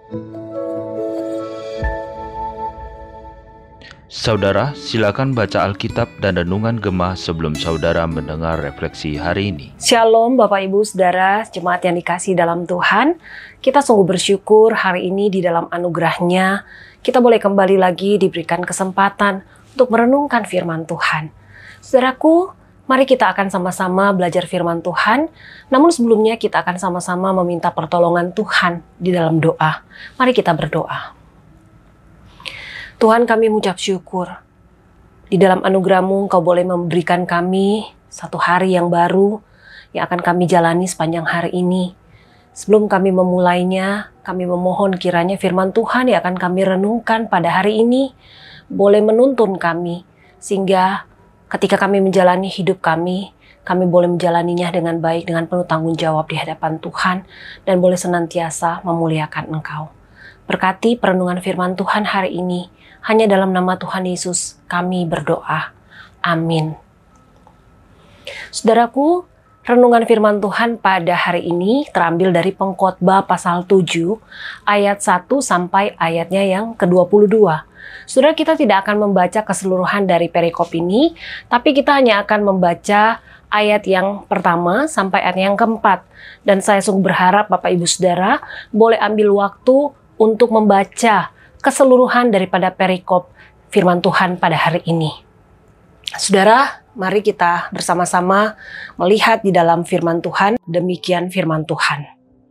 Saudara, silakan baca Alkitab dan Renungan Gemah sebelum saudara mendengar refleksi hari ini. Shalom Bapak Ibu Saudara, jemaat yang dikasihi dalam Tuhan. Kita sungguh bersyukur hari ini di dalam anugerah-Nya kita boleh kembali lagi diberikan kesempatan untuk merenungkan firman Tuhan. Saudaraku, mari kita akan sama-sama belajar firman Tuhan. Namun sebelumnya kita akan sama-sama meminta pertolongan Tuhan di dalam doa. Mari kita berdoa. Tuhan, kami mengucap syukur. Di dalam anugerah-Mu Engkau boleh memberikan kami satu hari yang baru yang akan kami jalani sepanjang hari ini. Sebelum kami memulainya, kami memohon kiranya firman Tuhan yang akan kami renungkan pada hari ini boleh menuntun kami, sehingga ketika kami menjalani hidup kami boleh menjalaninya dengan baik, dengan penuh tanggung jawab di hadapan Tuhan, dan boleh senantiasa memuliakan Engkau. Berkati perenungan firman Tuhan hari ini, hanya dalam nama Tuhan Yesus kami berdoa. Amin. Saudaraku, renungan firman Tuhan pada hari ini terambil dari Pengkhotbah pasal 7 ayat 1 sampai ayatnya yang ke-22. Saudara, kita tidak akan membaca keseluruhan dari perikop ini, tapi kita hanya akan membaca ayat yang pertama sampai ayat yang keempat. Dan saya sungguh berharap Bapak Ibu Saudara boleh ambil waktu untuk membaca keseluruhan daripada perikop firman Tuhan pada hari ini. Saudara, mari kita bersama-sama melihat di dalam firman Tuhan. Demikian firman Tuhan.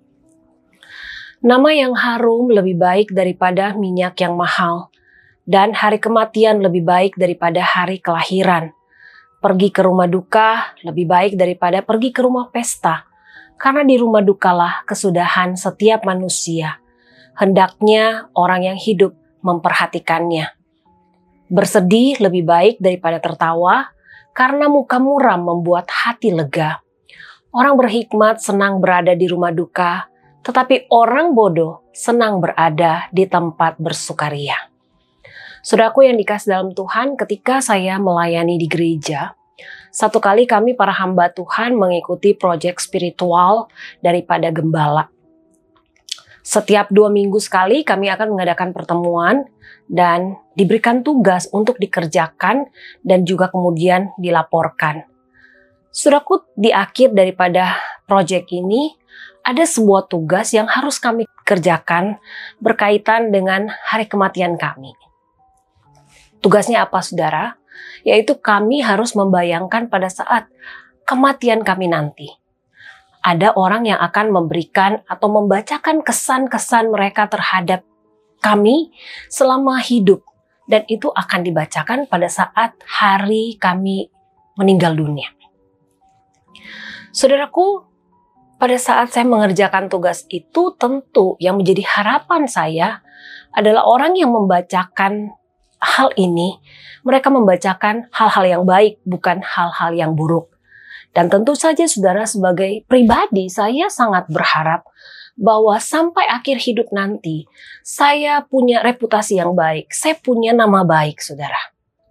Nama yang harum lebih baik daripada minyak yang mahal, dan hari kematian lebih baik daripada hari kelahiran. Pergi ke rumah duka lebih baik daripada pergi ke rumah pesta, karena di rumah dukalah kesudahan setiap manusia. Hendaknya orang yang hidup memperhatikannya. Bersedih lebih baik daripada tertawa, karena muka muram membuat hati lega. Orang berhikmat senang berada di rumah duka, tetapi orang bodoh senang berada di tempat bersukaria. Saudaraku yang dikasihi dalam Tuhan, ketika saya melayani di gereja, satu kali kami para hamba Tuhan mengikuti proyek spiritual daripada gembala. Setiap 2 minggu sekali kami akan mengadakan pertemuan dan diberikan tugas untuk dikerjakan dan juga kemudian dilaporkan. Saudaraku, di akhir daripada proyek ini ada sebuah tugas yang harus kami kerjakan berkaitan dengan hari kematian kami. Tugasnya apa, saudara? Yaitu kami harus membayangkan pada saat kematian kami nanti. Ada orang yang akan memberikan atau membacakan kesan-kesan mereka terhadap kami selama hidup. Dan itu akan dibacakan pada saat hari kami meninggal dunia. Saudaraku, pada saat saya mengerjakan tugas itu, tentu yang menjadi harapan saya adalah orang yang membacakan hal ini, mereka membacakan hal-hal yang baik, bukan hal-hal yang buruk. Dan tentu saja saudara, sebagai pribadi saya sangat berharap bahwa sampai akhir hidup nanti saya punya reputasi yang baik, saya punya nama baik, saudara.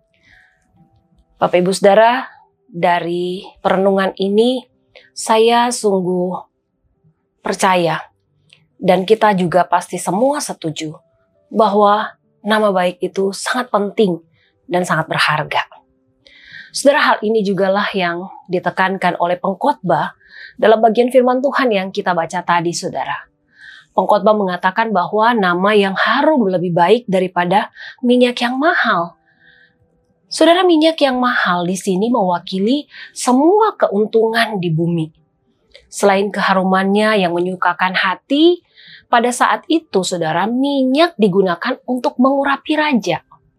Bapak Ibu Saudara, dari perenungan ini saya sungguh percaya dan kita juga pasti semua setuju bahwa nama baik itu sangat penting dan sangat berharga. Saudara, hal ini jugalah yang ditekankan oleh pengkhotbah dalam bagian firman Tuhan yang kita baca tadi, saudara. Pengkhotbah mengatakan bahwa nama yang harum lebih baik daripada minyak yang mahal. Saudara, minyak yang mahal di sini mewakili semua keuntungan di bumi. Selain keharumannya yang menyukakan hati, pada saat itu, saudara, minyak digunakan untuk mengurapi raja.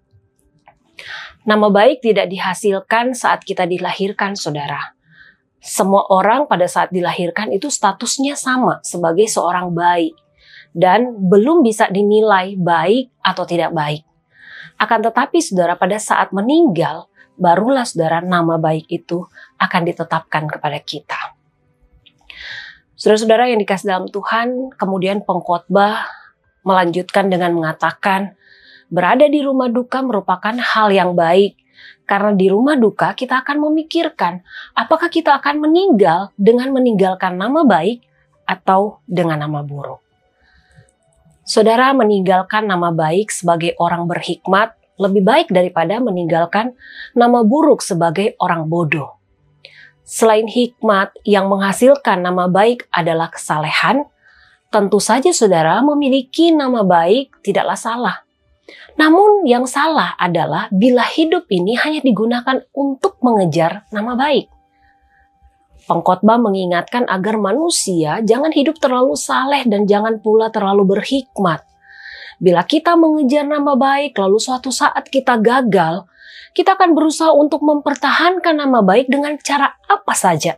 Nama baik tidak dihasilkan saat kita dilahirkan, saudara. Semua orang pada saat dilahirkan itu statusnya sama sebagai seorang bayi dan belum bisa dinilai baik atau tidak baik. Akan tetapi, saudara, pada saat meninggal, barulah saudara nama baik itu akan ditetapkan kepada kita. Saudara-saudara yang dikasihi dalam Tuhan, kemudian pengkhotbah melanjutkan dengan mengatakan, berada di rumah duka merupakan hal yang baik, karena di rumah duka kita akan memikirkan apakah kita akan meninggal dengan meninggalkan nama baik atau dengan nama buruk. Saudara, meninggalkan nama baik sebagai orang berhikmat lebih baik daripada meninggalkan nama buruk sebagai orang bodoh. Selain hikmat yang menghasilkan nama baik adalah kesalehan, tentu saja saudara memiliki nama baik tidaklah salah. Namun yang salah adalah bila hidup ini hanya digunakan untuk mengejar nama baik. Pengkhotbah mengingatkan agar manusia jangan hidup terlalu saleh dan jangan pula terlalu berhikmat. Bila kita mengejar nama baik lalu suatu saat kita gagal, kita akan berusaha untuk mempertahankan nama baik dengan cara apa saja.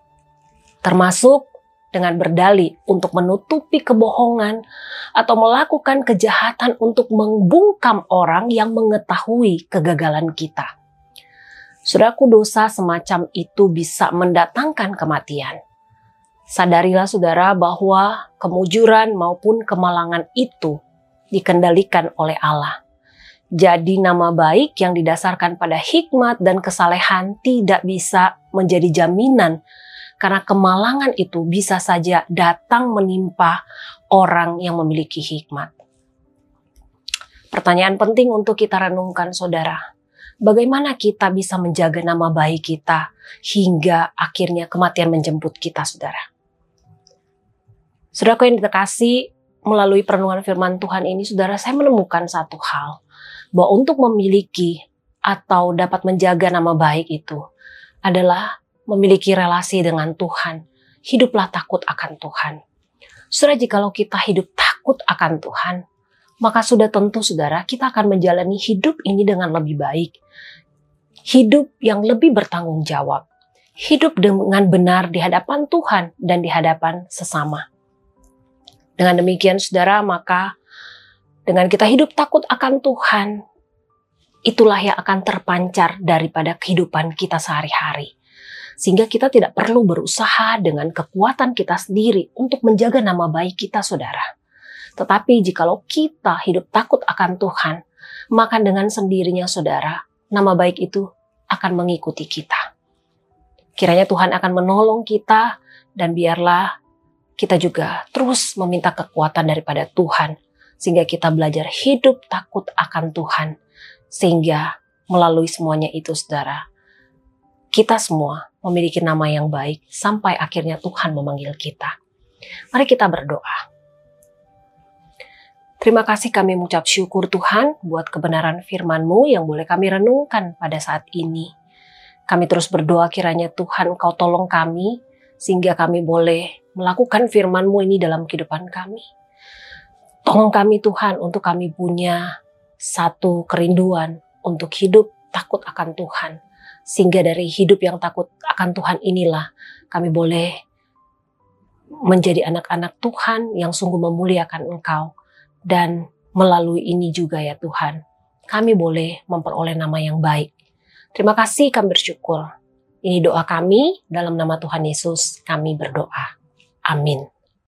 Termasuk dengan berdalih untuk menutupi kebohongan atau melakukan kejahatan untuk membungkam orang yang mengetahui kegagalan kita. Saudaraku, dosa semacam itu bisa mendatangkan kematian. Sadarilah saudara bahwa kemujuran maupun kemalangan itu dikendalikan oleh Allah. Jadi nama baik yang didasarkan pada hikmat dan kesalehan tidak bisa menjadi jaminan karena kemalangan itu bisa saja datang menimpa orang yang memiliki hikmat. Pertanyaan penting untuk kita renungkan saudara. Bagaimana kita bisa menjaga nama baik kita hingga akhirnya kematian menjemput kita, saudara? Saudaraku yang terkasih, melalui perenungan firman Tuhan ini, saudara, saya menemukan satu hal. Bahwa untuk memiliki atau dapat menjaga nama baik itu adalah memiliki relasi dengan Tuhan. Hiduplah takut akan Tuhan. Saudara, jikalau kita hidup takut akan Tuhan, maka sudah tentu saudara kita akan menjalani hidup ini dengan lebih baik. Hidup yang lebih bertanggung jawab. Hidup dengan benar di hadapan Tuhan dan di hadapan sesama. Dengan demikian saudara, maka dengan kita hidup takut akan Tuhan, itulah yang akan terpancar daripada kehidupan kita sehari-hari. Sehingga kita tidak perlu berusaha dengan kekuatan kita sendiri untuk menjaga nama baik kita saudara. Tetapi jikalau kita hidup takut akan Tuhan, maka dengan sendirinya saudara, nama baik itu akan mengikuti kita. Kiranya Tuhan akan menolong kita dan biarlah kita juga terus meminta kekuatan daripada Tuhan. Sehingga kita belajar hidup takut akan Tuhan. Sehingga melalui semuanya itu saudara, kita semua memiliki nama yang baik sampai akhirnya Tuhan memanggil kita. Mari kita berdoa. Terima kasih kami mengucap syukur Tuhan buat kebenaran firman-Mu yang boleh kami renungkan pada saat ini. Kami terus berdoa kiranya Tuhan Engkau tolong kami sehingga kami boleh melakukan firman-Mu ini dalam kehidupan kami. Tolong kami Tuhan untuk kami punya satu kerinduan untuk hidup takut akan Tuhan. Sehingga dari hidup yang takut akan Tuhan inilah kami boleh menjadi anak-anak Tuhan yang sungguh memuliakan Engkau. Dan melalui ini juga ya Tuhan, kami boleh memperoleh nama yang baik. Terima kasih, kami bersyukur. Ini doa kami, dalam nama Tuhan Yesus kami berdoa. Amin.